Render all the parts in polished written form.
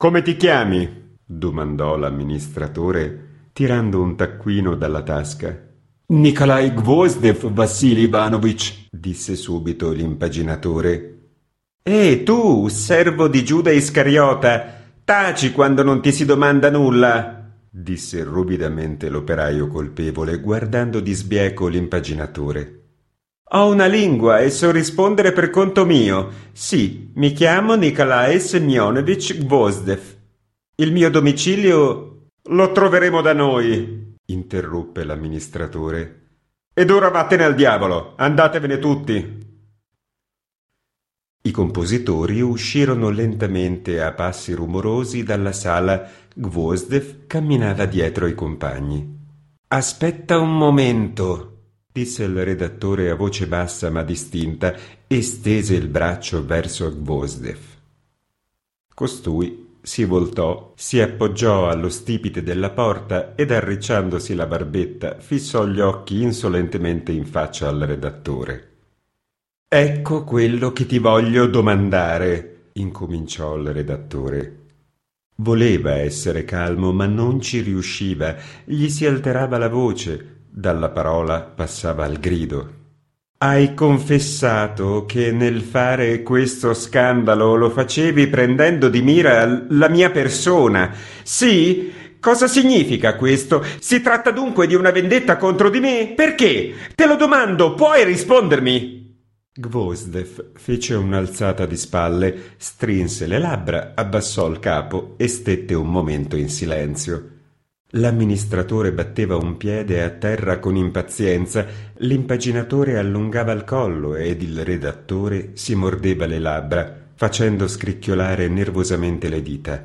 Come ti chiami? Domandò l'amministratore, tirando un taccuino dalla tasca. Nikolai Gvozdev, Vassili Ivanovich, disse subito l'impaginatore. E tu, servo di Giuda Iscariota, taci quando non ti si domanda nulla, disse ruvidamente l'operaio colpevole, guardando di sbieco l'impaginatore. Ho una lingua e so rispondere per conto mio. Sì, mi chiamo Nikolai Semyonovich Gvozdev. Il mio domicilio lo troveremo da noi, interruppe l'amministratore. Ed ora vattene al diavolo, andatevene tutti. I compositori uscirono lentamente a passi rumorosi dalla sala. Gvozdev camminava dietro ai compagni. Aspetta un momento, disse il redattore a voce bassa ma distinta e stese il braccio verso Gvozdev. Costui si voltò, si appoggiò allo stipite della porta ed arricciandosi la barbetta fissò gli occhi insolentemente in faccia al redattore. Ecco quello che ti voglio domandare, incominciò il redattore. Voleva essere calmo, ma non ci riusciva. Gli si alterava la voce, dalla parola passava al grido. Hai confessato che nel fare questo scandalo lo facevi prendendo di mira la mia persona. Sì? Cosa significa questo? Si tratta dunque di una vendetta contro di me? Perché? Te lo domando, puoi rispondermi? Gvozdev fece un'alzata di spalle, strinse le labbra, abbassò il capo e stette un momento in silenzio. L'amministratore batteva un piede a terra con impazienza, l'impaginatore allungava il collo ed il redattore si mordeva le labbra, facendo scricchiolare nervosamente le dita.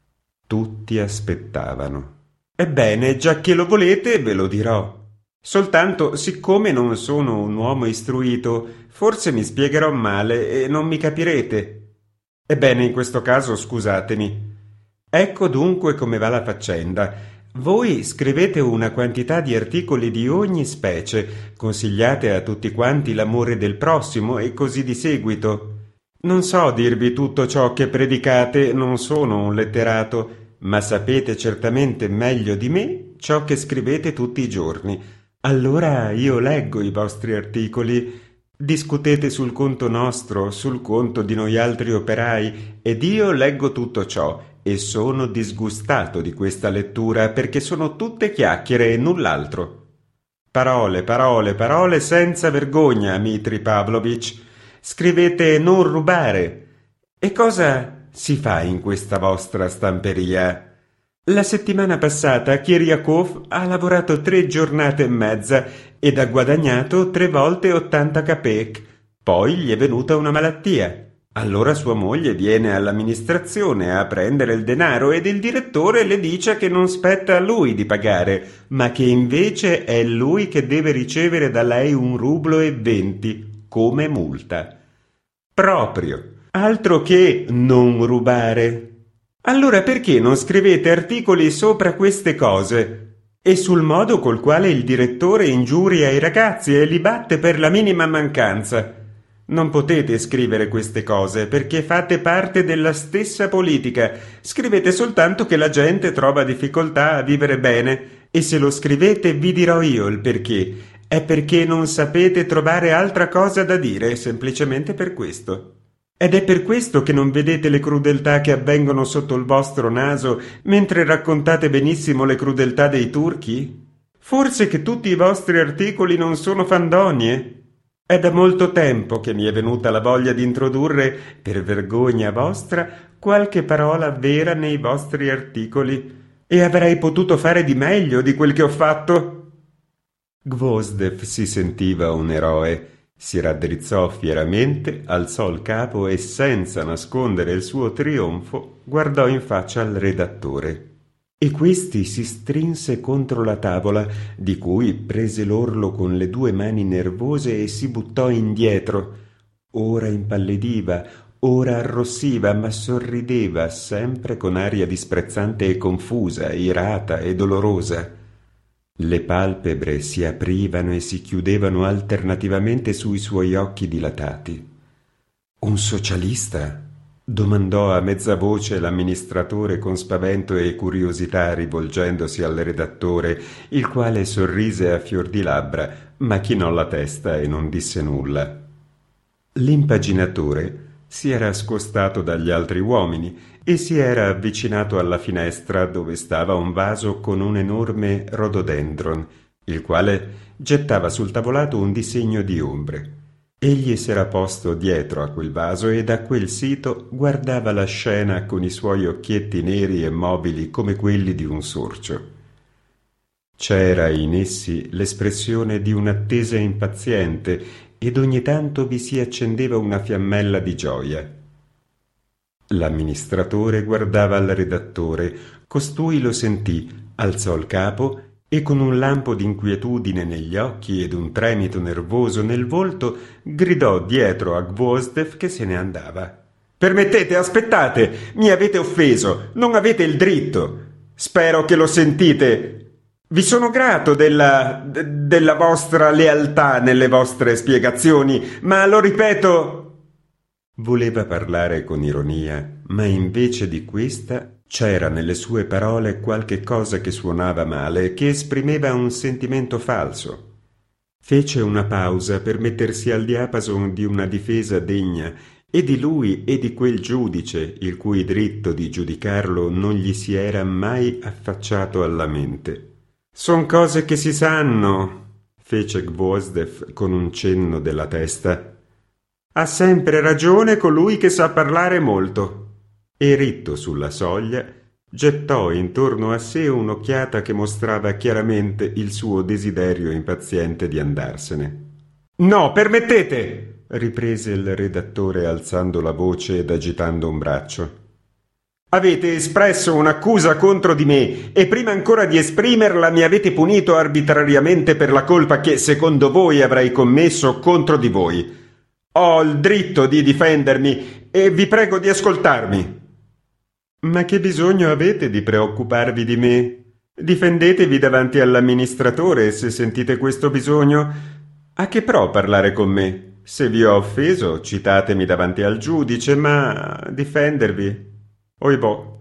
Tutti aspettavano. Ebbene, già che lo volete, ve lo dirò. Soltanto, siccome non sono un uomo istruito, forse mi spiegherò male e non mi capirete. Ebbene, in questo caso scusatemi. Ecco dunque come va la faccenda. Voi scrivete una quantità di articoli di ogni specie, consigliate a tutti quanti l'amore del prossimo e così di seguito. Non so dirvi tutto ciò che predicate, non sono un letterato, ma sapete certamente meglio di me ciò che scrivete tutti i giorni. Allora io leggo i vostri articoli, discutete sul conto nostro, sul conto di noi altri operai, ed io leggo tutto ciò, e sono disgustato di questa lettura perché sono tutte chiacchiere e null'altro. Parole, parole, parole senza vergogna, Mitri Pavlovich. Scrivete non rubare. E cosa si fa in questa vostra stamperia? La settimana passata Kiriakov ha lavorato 3 giornate e mezza ed ha guadagnato 3 volte 80 capeck. Poi gli è venuta una malattia. Allora sua moglie viene all'amministrazione a prendere il denaro ed il direttore le dice che non spetta a lui di pagare, ma che invece è lui che deve ricevere da lei 1,20 come multa. Proprio, altro che non rubare. Allora perché non scrivete articoli sopra queste cose e sul modo col quale il direttore ingiuria i ragazzi e li batte per la minima mancanza? Non potete scrivere queste cose perché fate parte della stessa politica. Scrivete soltanto che la gente trova difficoltà a vivere bene e se lo scrivete vi dirò io il perché. È perché non sapete trovare altra cosa da dire, semplicemente per questo. Ed è per questo che non vedete le crudeltà che avvengono sotto il vostro naso, mentre raccontate benissimo le crudeltà dei turchi? Forse che tutti i vostri articoli non sono fandonie? È da molto tempo che mi è venuta la voglia di introdurre, per vergogna vostra, qualche parola vera nei vostri articoli, e avrei potuto fare di meglio di quel che ho fatto. Gvozdev si sentiva un eroe. Si raddrizzò fieramente, alzò il capo e senza nascondere il suo trionfo guardò in faccia al redattore. E questi si strinse contro la tavola, di cui prese l'orlo con le 2 mani nervose e si buttò indietro. Ora impallidiva, ora arrossiva, ma sorrideva sempre con aria disprezzante e confusa, irata e dolorosa. Le palpebre si aprivano e si chiudevano alternativamente sui suoi occhi dilatati. Un socialista? Domandò a mezza voce l'amministratore con spavento e curiosità rivolgendosi al redattore, il quale sorrise a fior di labbra, ma chinò la testa e non disse nulla. L'impaginatore si era scostato dagli altri uomini e si era avvicinato alla finestra dove stava un vaso con un enorme rhododendron, il quale gettava sul tavolato un disegno di ombre. Egli s'era posto dietro a quel vaso e da quel sito guardava la scena con i suoi occhietti neri e mobili come quelli di un sorcio. C'era in essi l'espressione di un'attesa impaziente ed ogni tanto vi si accendeva una fiammella di gioia. L'amministratore guardava al redattore, costui lo sentì, alzò il capo e con un lampo d'inquietudine negli occhi ed un tremito nervoso nel volto gridò dietro a Gvosdev che se ne andava. «Permettete, aspettate! Mi avete offeso! Non avete il dritto! Spero che lo sentite! Vi sono grato della vostra lealtà nelle vostre spiegazioni, ma lo ripeto...» Voleva parlare con ironia, ma invece di questa c'era nelle sue parole qualche cosa che suonava male, che esprimeva un sentimento falso. Fece una pausa per mettersi al diapason di una difesa degna e di lui e di quel giudice, il cui dritto di giudicarlo non gli si era mai affacciato alla mente. «Son cose che si sanno», fece Gvosdev con un cenno della testa. «Ha sempre ragione colui che sa parlare molto». E ritto sulla soglia gettò intorno a sé un'occhiata che mostrava chiaramente il suo desiderio impaziente di andarsene. «No, permettete!» riprese il redattore alzando la voce ed agitando un braccio. «Avete espresso un'accusa contro di me e prima ancora di esprimerla mi avete punito arbitrariamente per la colpa che, secondo voi, avrei commesso contro di voi. Ho il diritto di difendermi e vi prego di ascoltarmi». «Ma che bisogno avete di preoccuparvi di me? Difendetevi davanti all'amministratore se sentite questo bisogno. A che pro parlare con me? Se vi ho offeso, citatemi davanti al giudice, ma difendervi... Oibò.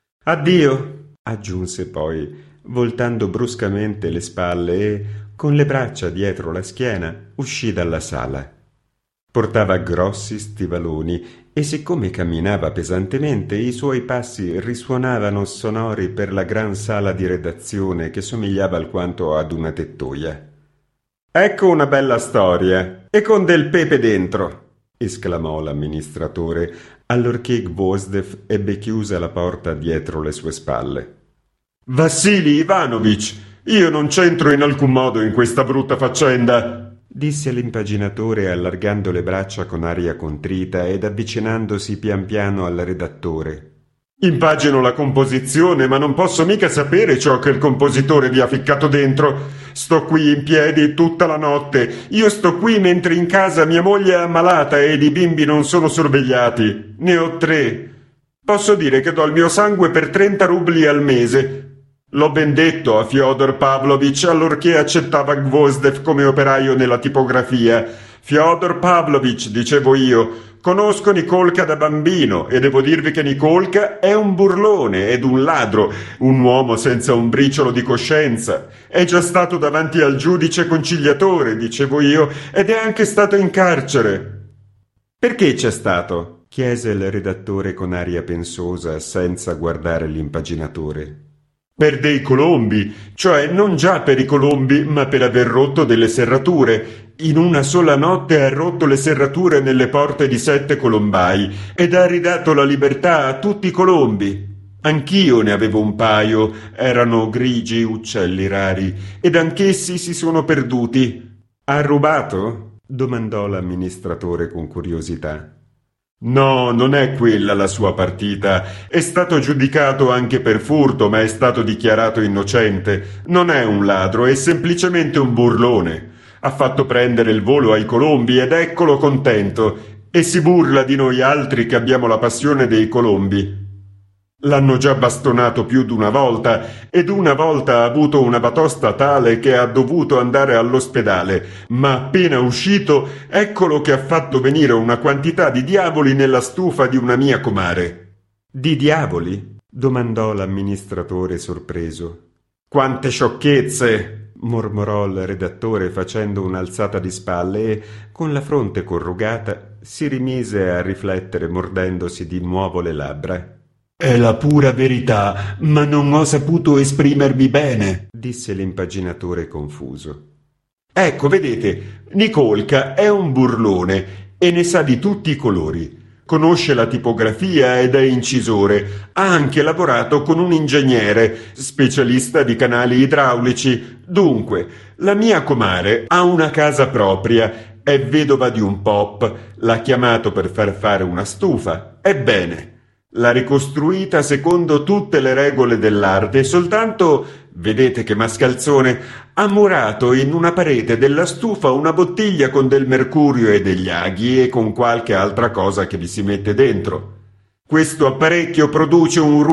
Addio», aggiunse poi, voltando bruscamente le spalle e, con le braccia dietro la schiena, uscì dalla sala. Portava grossi stivaloni e siccome camminava pesantemente i suoi passi risuonavano sonori per la gran sala di redazione che somigliava alquanto ad una tettoia. «Ecco una bella storia, e con del pepe dentro», esclamò l'amministratore, allorché Gvosdev ebbe chiusa la porta dietro le sue spalle. «Vassili Ivanovich, io non c'entro in alcun modo in questa brutta faccenda», disse l'impaginatore allargando le braccia con aria contrita ed avvicinandosi pian piano al redattore. «Impagino la composizione, ma non posso mica sapere ciò che il compositore vi ha ficcato dentro. Sto qui in piedi tutta la notte. Io sto qui mentre in casa mia moglie è ammalata ed i bimbi non sono sorvegliati. Ne ho 3. Posso dire che do il mio sangue per 30 rubli al mese. L'ho ben detto a Fyodor Pavlovich allorché accettava Gvosdev come operaio nella tipografia. Fyodor Pavlovich, dicevo io, conosco Nikolka da bambino e devo dirvi che Nikolka è un burlone ed un ladro, un uomo senza un briciolo di coscienza. È già stato davanti al giudice conciliatore, dicevo io, ed è anche stato in carcere». «Perché c'è stato?» chiese il redattore con aria pensosa, senza guardare l'impaginatore. «Per dei colombi, cioè non già per i colombi, ma per aver rotto delle serrature. In una sola notte ha rotto le serrature nelle porte di 7 colombai ed ha ridato la libertà a tutti i colombi. Anch'io ne avevo un paio, erano grigi uccelli rari, ed anch'essi si sono perduti». «Ha rubato?» domandò l'amministratore con curiosità. «No, non è quella la sua partita. È stato giudicato anche per furto, ma è stato dichiarato innocente. Non è un ladro, è semplicemente un burlone. Ha fatto prendere il volo ai colombi ed eccolo contento. E si burla di noi altri che abbiamo la passione dei colombi». L'hanno già bastonato più d'una volta ed una volta ha avuto una batosta tale che ha dovuto andare all'ospedale, ma appena uscito eccolo che ha fatto venire una quantità di diavoli nella stufa di una mia comare. Di diavoli? Domandò l'amministratore sorpreso. Quante sciocchezze! Mormorò il redattore facendo un'alzata di spalle e, con la fronte corrugata, si rimise a riflettere mordendosi di nuovo le labbra. È la pura verità, ma non ho saputo esprimermi bene, disse l'impaginatore confuso. Ecco, vedete, Nicolca è un burlone e ne sa di tutti i colori. Conosce la tipografia ed è incisore. Ha anche lavorato con un ingegnere, specialista di canali idraulici. Dunque, la mia comare ha una casa propria, è vedova di un pop, l'ha chiamato per far fare una stufa. Ebbene, l'ha ricostruita secondo tutte le regole dell'arte, soltanto, vedete che mascalzone, ha murato in una parete della stufa una bottiglia con del mercurio e degli aghi e con qualche altra cosa che vi si mette dentro. Questo apparecchio produce un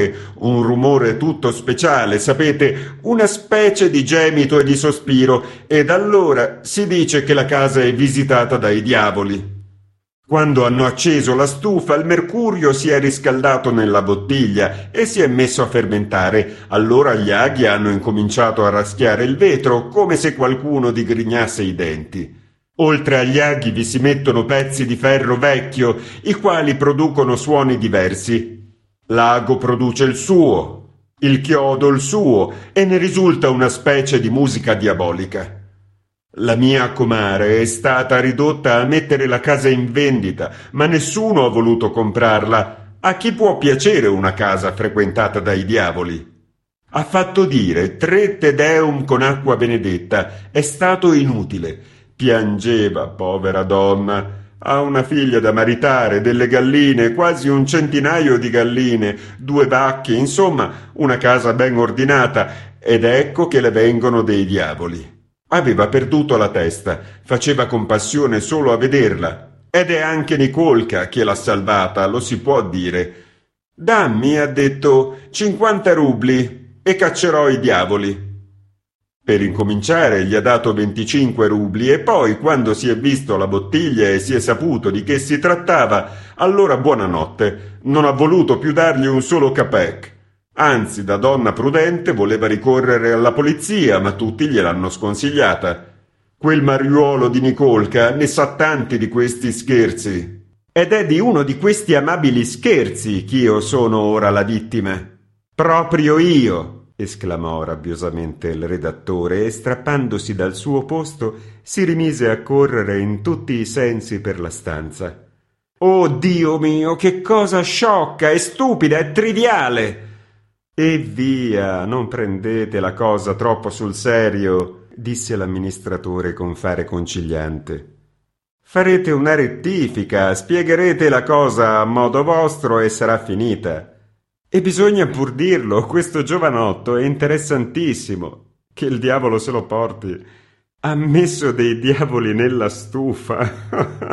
rumore tutto speciale, sapete, una specie di gemito e di sospiro, ed allora si dice che la casa è visitata dai diavoli. Quando hanno acceso la stufa, il mercurio si è riscaldato nella bottiglia e si è messo a fermentare. Allora gli aghi hanno incominciato a raschiare il vetro, come se qualcuno digrignasse i denti. Oltre agli aghi vi si mettono pezzi di ferro vecchio, i quali producono suoni diversi. L'ago produce il suo, il chiodo il suo, e ne risulta una specie di musica diabolica. La mia comare è stata ridotta a mettere la casa in vendita, ma nessuno ha voluto comprarla. A chi può piacere una casa frequentata dai diavoli? Ha fatto dire 3 Te Deum con acqua benedetta. È stato inutile. Piangeva, povera donna. Ha una figlia da maritare, delle galline, quasi un centinaio di galline, 2 vacche, insomma, una casa ben ordinata, ed ecco che le vengono dei diavoli. Aveva perduto la testa, faceva compassione solo a vederla. Ed è anche Nicolca che l'ha salvata, lo si può dire. Dammi, ha detto, 50 rubli e caccerò i diavoli. Per incominciare gli ha dato 25 rubli e poi, quando si è visto la bottiglia e si è saputo di che si trattava, allora buonanotte, non ha voluto più dargli un solo capec. Anzi, da donna prudente voleva ricorrere alla polizia, ma tutti gliel'hanno sconsigliata. Quel mariuolo di Nicolca ne sa tanti di questi scherzi. Ed è di uno di questi amabili scherzi ch'io sono ora la vittima. Proprio io! Esclamò rabbiosamente il redattore e, strappandosi dal suo posto, si rimise a correre in tutti i sensi per la stanza. Oh Dio mio, che cosa sciocca e stupida e triviale! E via, non prendete la cosa troppo sul serio, disse l'amministratore con fare conciliante. Farete una rettifica, spiegherete la cosa a modo vostro e sarà finita. E bisogna pur dirlo, questo giovanotto è interessantissimo. Che il diavolo se lo porti. Ha messo dei diavoli nella stufa.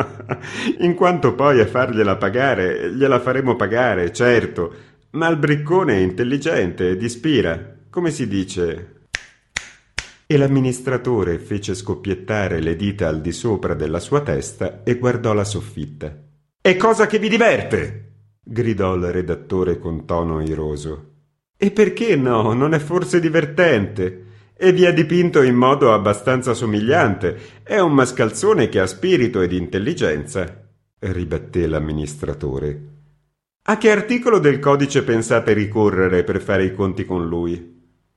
In quanto poi a fargliela pagare, gliela faremo pagare, certo. Ma il briccone è intelligente ed ispira, come si dice. E l'amministratore fece scoppiettare le dita al di sopra della sua testa e guardò la soffitta. «È cosa che vi diverte!» gridò il redattore con tono iroso. «E perché no? Non è forse divertente? E vi ha dipinto in modo abbastanza somigliante. È un mascalzone che ha spirito ed intelligenza», ribatté l'amministratore. «A che articolo del codice pensate ricorrere per fare i conti con lui?»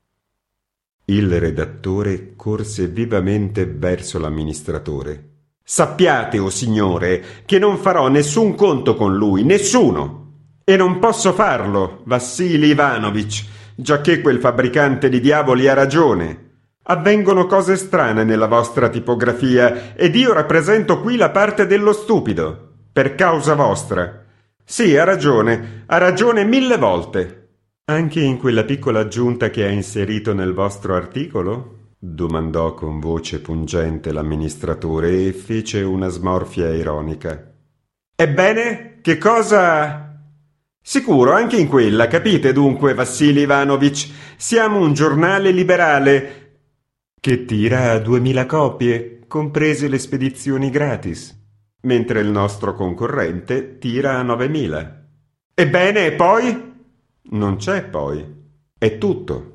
Il redattore corse vivamente verso l'amministratore. «Sappiate, o signore, che non farò nessun conto con lui, nessuno! E non posso farlo, Vassili Ivanovich, giacché quel fabbricante di diavoli ha ragione. Avvengono cose strane nella vostra tipografia ed io rappresento qui la parte dello stupido, per causa vostra. Sì, ha ragione 1000 volte. Anche in quella piccola aggiunta che ha inserito nel vostro articolo? Domandò con voce pungente l'amministratore e fece una smorfia ironica. Ebbene, che cosa? Sicuro, anche in quella, capite dunque, Vassili Ivanovic, siamo un giornale liberale che tira a 2000 copie, comprese le spedizioni gratis, mentre il nostro concorrente tira a 9000. Ebbene, e poi? Non c'è poi. È tutto.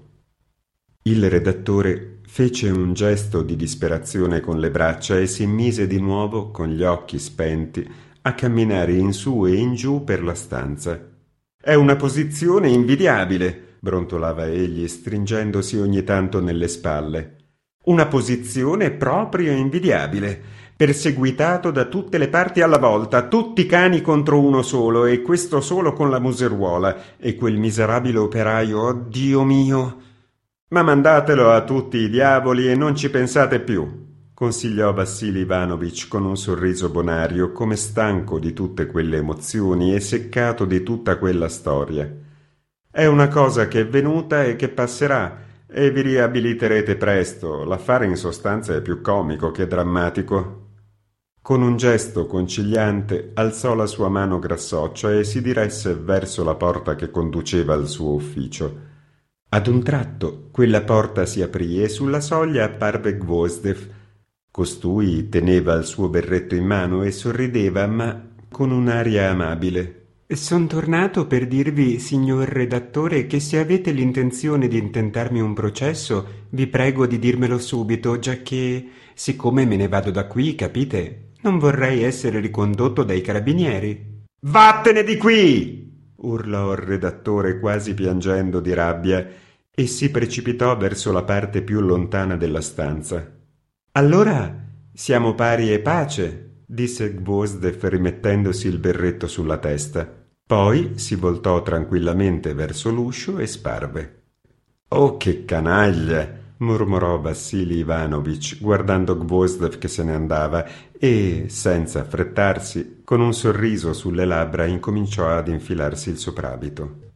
Il redattore fece un gesto di disperazione con le braccia e si mise di nuovo, con gli occhi spenti, a camminare in su e in giù per la stanza. È una posizione invidiabile, brontolava egli, stringendosi ogni tanto nelle spalle. Una posizione proprio invidiabile, perseguitato da tutte le parti alla volta, tutti cani contro uno solo, e questo solo con la museruola, e quel miserabile operaio, oh Dio mio! Ma mandatelo a tutti i diavoli e non ci pensate più, consigliò Vassili Ivanovic con un sorriso bonario, come stanco di tutte quelle emozioni e seccato di tutta quella storia. È una cosa che è venuta e che passerà, e vi riabiliterete presto. L'affare in sostanza è più comico che drammatico. Con un gesto conciliante alzò la sua mano grassoccia e si diresse verso la porta che conduceva al suo ufficio. Ad un tratto quella porta si aprì e sulla soglia apparve Gvozdev. Costui teneva il suo berretto in mano e sorrideva, ma con un'aria amabile. «Son tornato per dirvi, signor redattore, che se avete l'intenzione di intentarmi un processo, vi prego di dirmelo subito, giacché, siccome me ne vado da qui, capite, non vorrei essere ricondotto dai carabinieri». «Vattene di qui!» urlò il redattore quasi piangendo di rabbia e si precipitò verso la parte più lontana della stanza. «Allora siamo pari e pace», disse Gvozdev rimettendosi il berretto sulla testa. Poi si voltò tranquillamente verso l'uscio e sparve. «Oh, che canaglia!» mormorò Vassili Ivanovic, guardando Gvozdev che se ne andava, e, senza affrettarsi, con un sorriso sulle labbra, incominciò ad infilarsi il soprabito.